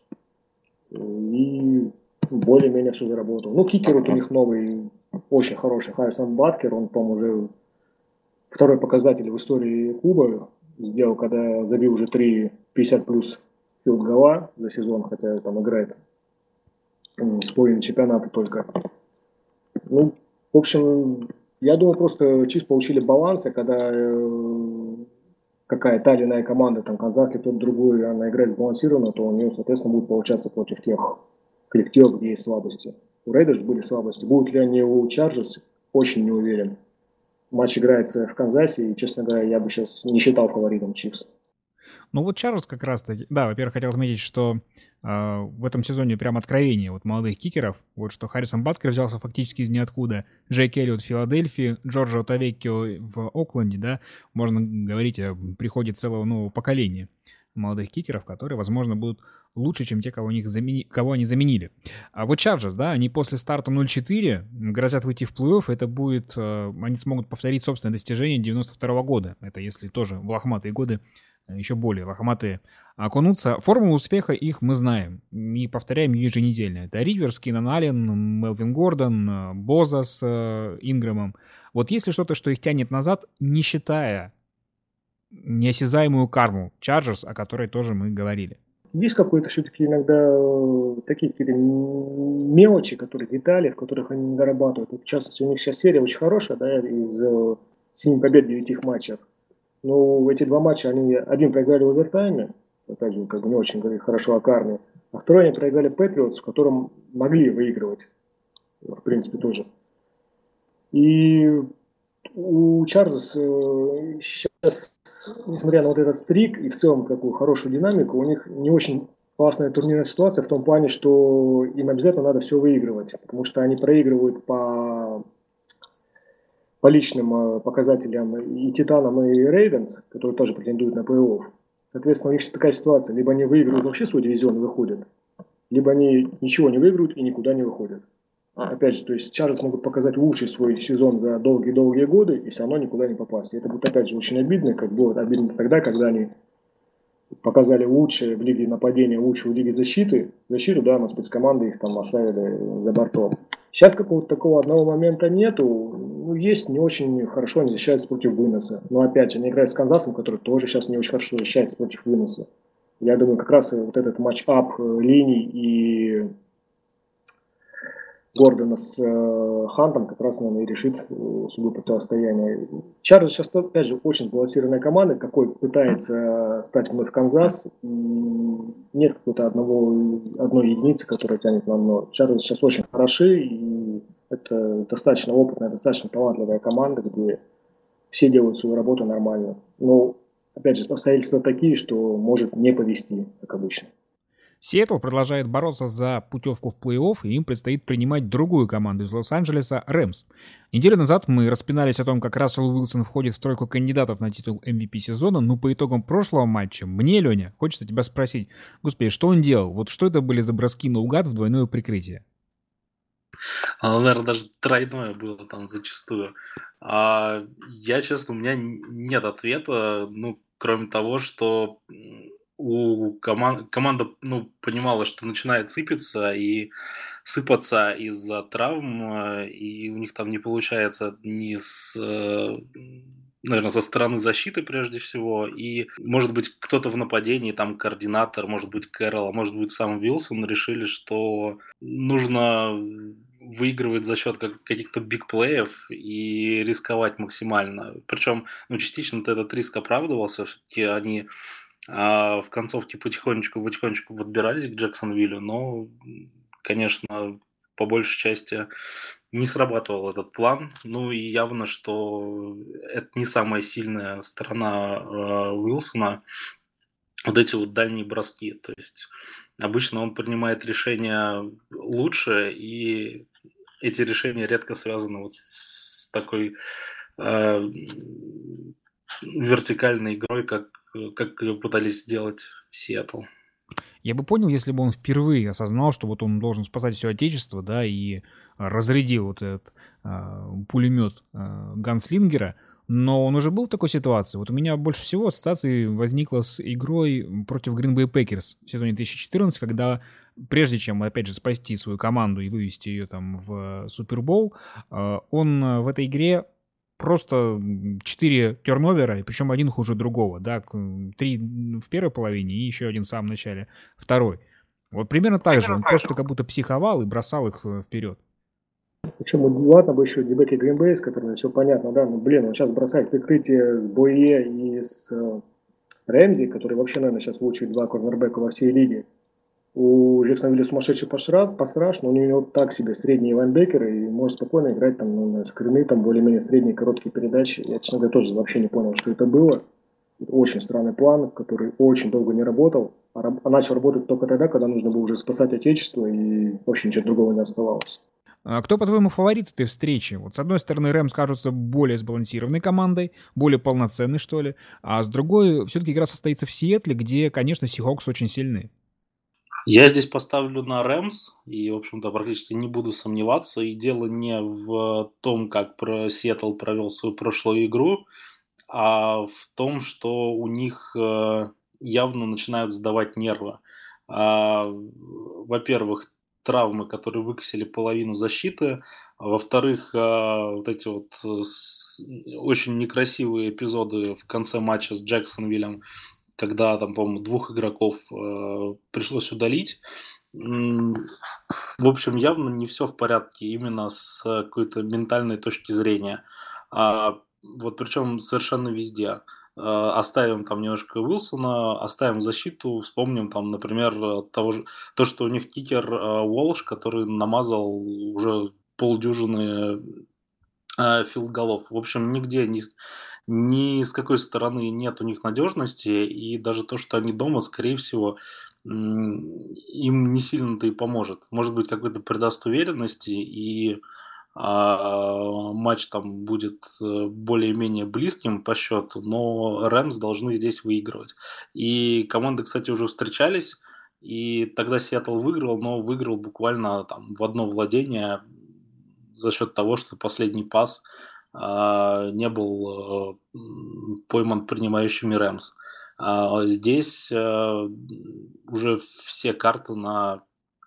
И более-менее все заработало. Ну, кикер вот у них новый, очень хороший, Харрисон Баткер. Он, по-моему, уже второй показатель в истории клуба сделал, когда забил уже три пятьдесят плюс филд-гола за сезон, хотя там играет с половиной чемпионата только. Ну, в общем, я думаю, просто Чифс получили баланс, и когда какая та или иная команда, там, Канзас или тот другой, она играет сбалансированно, то у нее, соответственно, будет получаться против тех коллективов, где есть слабости. У Рейдерс были слабости. Будут ли они у Чарджерс, очень не уверен. Матч играется в Канзасе, и, честно говоря, я бы сейчас не считал фаворитом Чифс. Ну вот Чарльз как раз-таки, да, во-первых, хотел отметить, что э, в этом сезоне прям откровение вот молодых кикеров, вот что Харрисон Баткер взялся фактически из ниоткуда, Джей Келли в Филадельфии, Джорджо Тавеккио в Окленде, да, можно говорить о приходе целого нового поколения молодых кикеров, которые, возможно, будут лучше, чем те, кого, них замени... кого они заменили. А вот Чарджерс, да, они после старта ноль четыре грозят выйти в плей-офф, это будет, э, они смогут повторить собственное достижение девяносто второго года, это если тоже в лохматые годы еще более лохматые окунуться. Формулу успеха их мы знаем и повторяем еженедельно. Это Риверс, Кинан Аллен, Мелвин Гордон, Боза с Ингрэмом. Вот есть ли что-то, что их тянет назад, не считая неосязаемую карму Чарджерс, о которой тоже мы говорили? есть какой-то все-таки иногда э, такие какие-то м- мелочи, которые детали, в которых они не дорабатывают. Вот, в частности, у них сейчас серия очень хорошая, да, из э, семи побед в девяти матчах. Но эти два матча, они один проиграли в овертайме, опять же, как бы не очень говорит, хорошо о карме, а второй они проиграли Патриотс, в котором могли выигрывать, в принципе, тоже. И у Чарльз э, сейчас, несмотря на вот этот стрик и в целом такую хорошую динамику, у них не очень классная турнирная ситуация в том плане, что им обязательно надо все выигрывать, потому что они проигрывают по, по личным э, показателям и Титанам, и Рейвенс, которые тоже претендуют на плей-офф. Соответственно, у них такая ситуация, либо они выигрывают вообще свой дивизион и выходят, либо они ничего не выиграют и никуда не выходят. Опять же, то есть Чарльз могут показать лучший свой сезон за долгие-долгие годы и все равно никуда не попасть. И это будет опять же очень обидно, как было обидно тогда, когда они показали лучшее в лиге нападения, лучшую в лиге защиты. Защиту, да, но спецкоманды их там оставили за бортом. Сейчас какого-то такого одного момента нету. Ну, есть, не очень хорошо они защищаются против выноса. Но опять же, они играют с Канзасом, который тоже сейчас не очень хорошо защищается против выноса. Я думаю, как раз вот этот матч-ап линий и Гордона с э, Хантом как раз, наверное, и решит э, судьбу противостояния. Чарльз сейчас, опять же, очень сбалансированная команда, какой пытается стать вновь Канзас. Нет какой-то одного, одной единицы, которая тянет на дно. Чарльз сейчас очень хороши, и это достаточно опытная, достаточно талантливая команда, где все делают свою работу нормально. Но, опять же, обстоятельства такие, что может не повезти, как обычно. Сиэтл продолжает бороться за путевку в плей-офф, и им предстоит принимать другую команду из Лос-Анджелеса — Рэмс. Неделю назад мы распинались о том, как Рассел Уилсон входит в тройку кандидатов на титул эм ви пи сезона, но по итогам прошлого матча мне, Леня, хочется тебя спросить, господи, что он делал? Вот что это были за броски наугад в двойное прикрытие? Оно, наверное, даже тройное было там зачастую. А, я, честно, у меня нет ответа, ну, кроме того, что у коман- команда, ну, понимала, что начинает сыпаться и сыпаться из-за травм, э, и у них там не получается ни с, э, наверное, со стороны защиты прежде всего, и, может быть, кто-то в нападении, там, координатор, может быть, Кэрролл, а может быть, сам Вилсон решили, что нужно выигрывать за счет как- каких-то бигплеев и рисковать максимально. Причем, ну, частично этот риск оправдывался, все-таки они а, в концовке потихонечку-потихонечку подбирались к Джексонвиллю, но, конечно, по большей части не срабатывал этот план. Ну и явно, что это не самая сильная сторона э, Уилсона, вот эти вот дальние броски. То есть обычно он принимает решения лучше, и эти решения редко связаны вот с такой э, вертикальной игрой, как, как ее пытались сделать Сиэтл. Я бы понял, если бы он впервые осознал, что вот он должен спасать все отечество, да, и а, разрядил вот этот а, пулемет а, ганслингера, но он уже был в такой ситуации. Вот у меня больше всего ассоциации возникло с игрой против Green Bay Packers в сезоне две тысячи четырнадцатом, когда прежде чем, опять же, спасти свою команду и вывести ее там в Супербол, а, он а, в этой игре просто четыре терновера, и причем один хуже другого, да, три в первой половине и еще один в самом начале второй. Вот примерно так же, он просто как будто психовал и бросал их э, вперед. Причем, ладно бы еще Дебеки Гринбей, с которыми все понятно, да, но, блин, он сейчас бросает прикрытие с Бойе и с э, Рэмзи, которые вообще, наверное, сейчас лучшие два корнербека во всей лиге. У Джексонвилля сумасшедший пассаж, но у него так себе средние лайнбекеры, и может спокойно играть там ну, на скрины, там более-менее средние короткие передачи. Я, честно говоря, тоже вообще не понял, что это было. Это очень странный план, который очень долго не работал, а, раб- а начал работать только тогда, когда нужно было уже спасать отечество, и вообще ничего другого не оставалось. А кто, по-твоему, фаворит этой встречи? Вот с одной стороны, Рэмс кажутся более сбалансированной командой, более полноценной, что ли, а с другой, все-таки игра состоится в Сиэтле, где, конечно, Сихокс очень сильны. Я здесь поставлю на Рэмс и, в общем-то, практически не буду сомневаться. И дело не в том, как про Сиэтл провел свою прошлую игру, а в том, что у них э, явно начинают сдавать нервы. А, во-первых, травмы, которые выкосили половину защиты. А во-вторых, а, вот эти вот э, с- очень некрасивые эпизоды в конце матча с Джексонвиллем, когда там, по-моему, двух игроков э, пришлось удалить. В общем, явно не все в порядке именно с какой-то ментальной точки зрения. А вот причем совершенно везде. Оставим там немножко Уилсона, оставим защиту, вспомним там, например, того же, то, что у них кикер Уолш, который намазал уже полдюжины филд-голов. В общем, нигде, ни, ни с какой стороны нет у них надежности, и даже то, что они дома, скорее всего, им не сильно-то и поможет. Может быть, какой-то придаст уверенности, и а, матч там будет более-менее близким по счету, но Рэмс должны здесь выигрывать. И команды, кстати, уже встречались, и тогда Сиэтл выиграл, но выиграл буквально там в одно владение за счет того, что последний пас а, не был а, пойман принимающими Рэмс. А, здесь а, уже все карты на,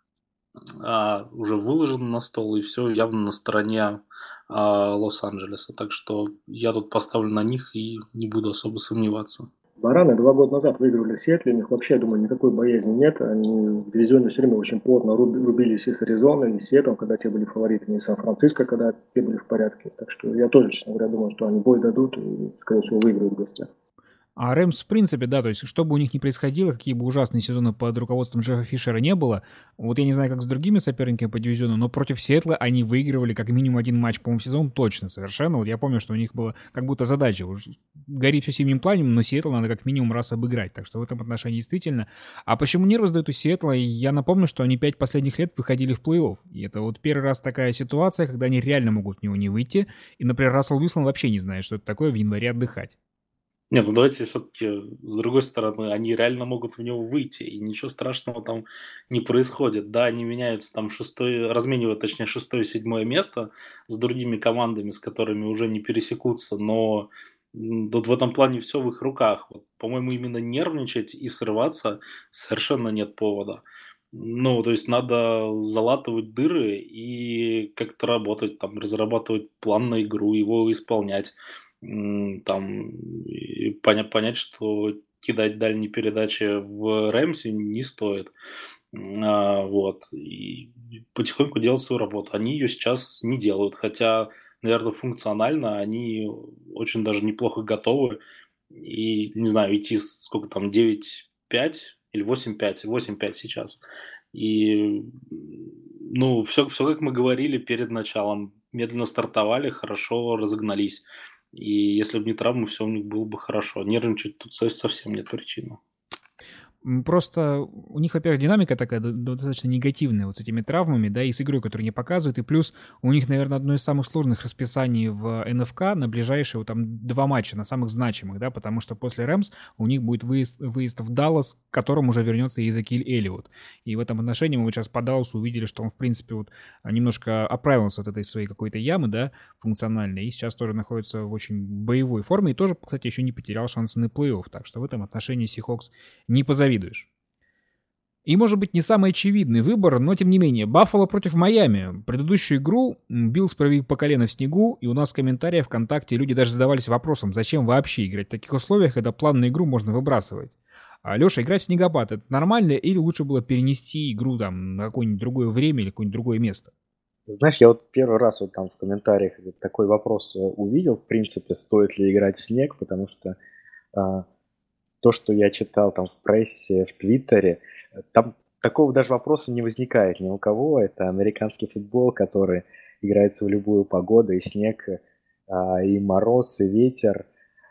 а, уже выложены на стол, и все явно на стороне а, Лос-Анджелеса. Так что я тут поставлю на них и не буду особо сомневаться. Бараны два года назад выигрывали в Сиэтле, у них вообще, я думаю, никакой боязни нет. Они в дивизионе все время очень плотно рубились и с Аризоной, и с Сиэтлом, когда те были фаворитами, и Сан-Франциско, когда те были в порядке. Так что я тоже, честно говоря, думаю, что они бой дадут и, скорее всего, выиграют в гостях. А Рэмс, в принципе, да, то есть, что бы у них ни происходило, какие бы ужасные сезоны под руководством Джеффа Фишера не было, вот я не знаю, как с другими соперниками по дивизиону, но против Сиэтла они выигрывали как минимум один матч, по-моему, в сезон точно, совершенно. Вот я помню, что у них была как будто задача, уж горит все синим пламенем, но Сиэтл надо как минимум раз обыграть, так что в этом отношении действительно. А почему нервы сдают у Сиэтла? Я напомню, что они пять последних лет выходили в плей-офф, и это вот первый раз такая ситуация, когда они реально могут в него не выйти, и, например, Рассел Уилсон вообще не знает, что это такое в январе отдыхать. Нет, ну давайте все-таки с другой стороны, они реально могут в него выйти, и ничего страшного там не происходит. Да, они меняются там шестое, разменивают, точнее, шестое, седьмое место с другими командами, с которыми уже не пересекутся, но вот в этом плане все в их руках. Вот, по-моему, именно нервничать и срываться совершенно нет повода. Ну, то есть надо залатывать дыры и как-то работать, там, разрабатывать план на игру, его исполнять. Там понять, понять, что кидать дальние передачи в Рэмси не стоит. А, вот. И потихоньку делать свою работу. Они ее сейчас не делают, хотя, наверное, функционально они очень даже неплохо готовы. И, не знаю, идти сколько там, девять пять или восемь пять, восемь пять сейчас. И, ну, все, все, как мы говорили перед началом. Медленно стартовали, хорошо разогнались. И если бы не травмы, все у них было бы хорошо. Нервничать тут совсем нет причины. Просто у них, во-первых, динамика такая достаточно негативная вот с этими травмами, да, и с игрой, которую они показывают, и плюс у них, наверное, одно из самых сложных расписаний в эн эф ка на ближайшие вот, там два матча, на самых значимых, да, потому что после Рэмс у них будет выезд, выезд в Даллас, к которому уже вернется Иезекииль Эллиот. И в этом отношении мы вот сейчас по Далласу увидели, что он, в принципе, вот немножко оправился от этой своей какой-то ямы, да, функциональной, и сейчас тоже находится в очень боевой форме, и тоже, кстати, еще не потерял шансы на плей-офф, так что в этом отношении Сихокс не позавидуешь. И, может быть, не самый очевидный выбор, но, тем не менее, Баффало против Майами. Предыдущую игру Биллс провели по колено в снегу, и у нас в комментариях ВКонтакте люди даже задавались вопросом, зачем вообще играть в таких условиях, когда план на игру можно выбрасывать. А, Леша, играть в снегопад — это нормально, или лучше было перенести игру там на какое-нибудь другое время или какое-нибудь другое место? Знаешь, я вот первый раз вот там в комментариях такой вопрос увидел, в принципе, стоит ли играть в снег, потому что а, то, что я читал там в прессе, в Твиттере, там такого даже вопроса не возникает ни у кого. Это американский футбол, который играется в любую погоду, и снег, и мороз, и ветер,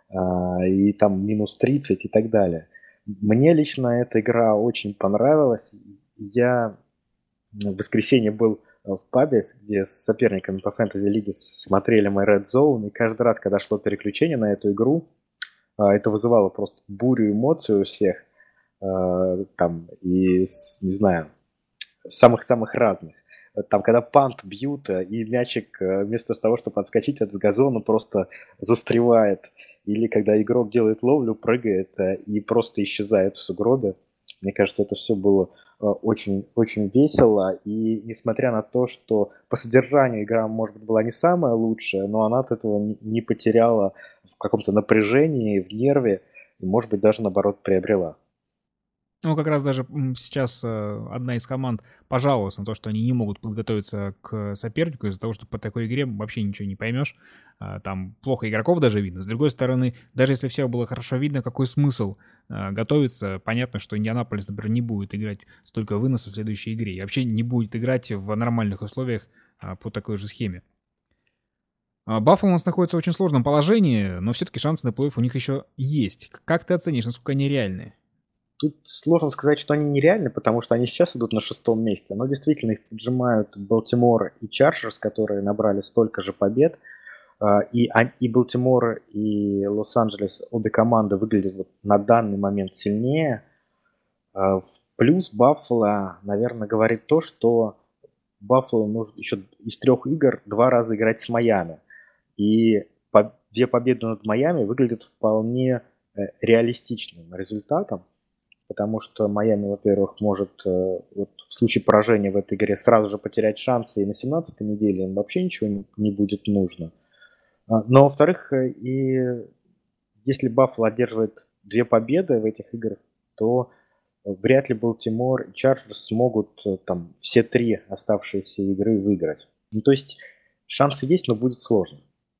и там минус тридцать и так далее. Мне лично эта игра очень понравилась. Я в воскресенье был в пабе, где с соперниками по фэнтези-лиге смотрели мой Red Zone, и каждый раз, когда шло переключение на эту игру, это вызывало просто бурю эмоций у всех. Там, и, не знаю, самых-самых разных. Там, когда пант бьют, и мячик вместо того, чтобы отскочить от газона, просто застревает. Или когда игрок делает ловлю, прыгает и просто исчезает в сугробе. Мне кажется, это все было очень, очень весело. И несмотря на то, что по содержанию игра, может быть, была не самая лучшая, но она от этого не потеряла в каком-то напряжении, в нерве. и, может быть, даже, наоборот, приобрела. Ну, как раз даже сейчас э, одна из команд пожаловалась на то, что они не могут подготовиться к сопернику из-за того, что по такой игре вообще ничего не поймешь. Э, там плохо игроков даже видно. С другой стороны, даже если все было хорошо видно, какой смысл э, готовиться? Понятно, что Индианаполис, например, не будет играть столько выносов в следующей игре. И вообще не будет играть в нормальных условиях э, по такой же схеме. Баффало у нас находится в очень сложном положении, но все-таки шансы на плей-офф у них еще есть. Как ты оценишь, насколько они реальны? Тут сложно сказать, что они нереальны, потому что они сейчас идут на шестом месте. Но действительно их поджимают Балтимор и Чарджерс, которые набрали столько же побед. И, и Балтимор, и Лос-Анджелес, обе команды выглядят вот на данный момент сильнее. Плюс Баффало, наверное, говорит то, что Баффало нужно еще из трех игр два раза играть с Майами. И по, две победы над Майами выглядят вполне реалистичным результатом. Потому что Майами, во-первых, может вот, в случае поражения в этой игре сразу же потерять шансы, и на семнадцатой неделе им вообще ничего не, не будет нужно. Но, во-вторых, и если Баффало одерживает две победы в этих играх, то вряд ли Балтимор и Чарджерс смогут там все три оставшиеся игры выиграть. Ну, то есть шансы есть, но будет сложно.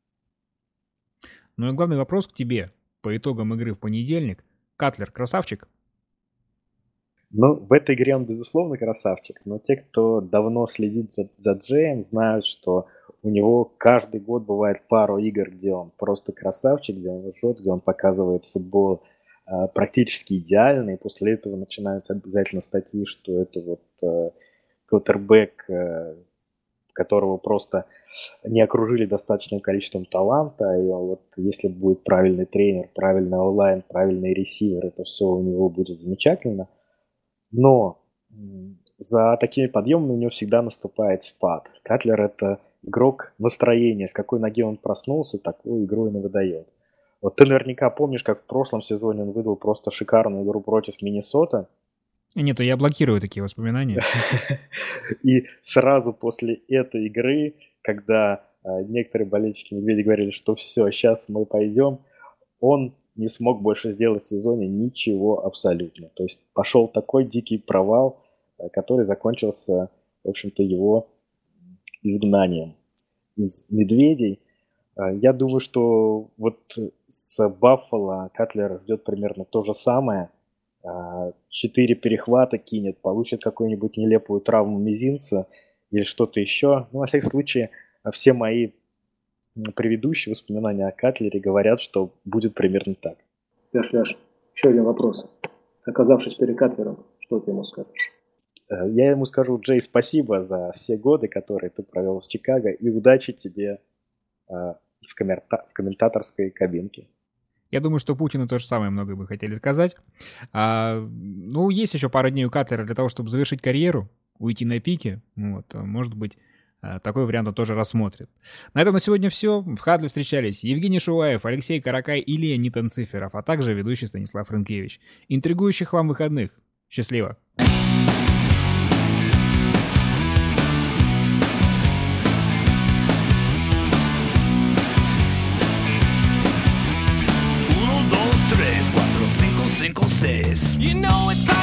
Ну и главный вопрос к тебе. По итогам игры в понедельник. Катлер красавчик? Ну, в этой игре он, безусловно, красавчик, но те, кто давно следит за, за Джеем, знают, что у него каждый год бывает пару игр, где он просто красавчик, где он жжет, где он показывает футбол э, практически идеальный, и после этого начинаются обязательно статьи, что это вот э, квотербэк, э, которого просто не окружили достаточным количеством таланта, и вот если будет правильный тренер, правильный онлайн, правильный ресивер, это все у него будет замечательно. Но за такими подъемами у него всегда наступает спад. Катлер — это игрок настроения. С какой ноги он проснулся, такую игру и выдает. Вот ты наверняка помнишь, как в прошлом сезоне он выдал просто шикарную игру против Миннесоты. Нет, я блокирую такие воспоминания. И сразу после этой игры, когда некоторые болельщики Медведя говорили, что все, сейчас мы пойдем, он не смог больше сделать в сезоне ничего абсолютно. То есть пошел такой дикий провал, который закончился, в общем-то, его изгнанием из Медведей. Я думаю, что вот с Баффало Катлер ждет примерно то же самое. Четыре перехвата кинет, получит какую-нибудь нелепую травму мизинца или что-то еще. Ну, во всяком случае, все мои предыдущие воспоминания о Катлере говорят, что будет примерно так. Ляш, Ляш, еще один вопрос. Оказавшись перед Катлером, что ты ему скажешь? Я ему скажу: Джей, спасибо за все годы, которые ты провел в Чикаго, и удачи тебе э, в, коммента- в комментаторской кабинке. Я думаю, что Путину то же самое много бы хотели сказать. А, ну, есть еще пара дней у Катлера для того, чтобы завершить карьеру, уйти на пике. Вот, может быть, такой вариант он тоже рассмотрит. На этом на сегодня все. В Хадле встречались Евгений Шуваев, Алексей Каракай и Леонид Анциферов, а также ведущий Станислав Рынкевич. Интригующих вам выходных. Счастливо! You know it's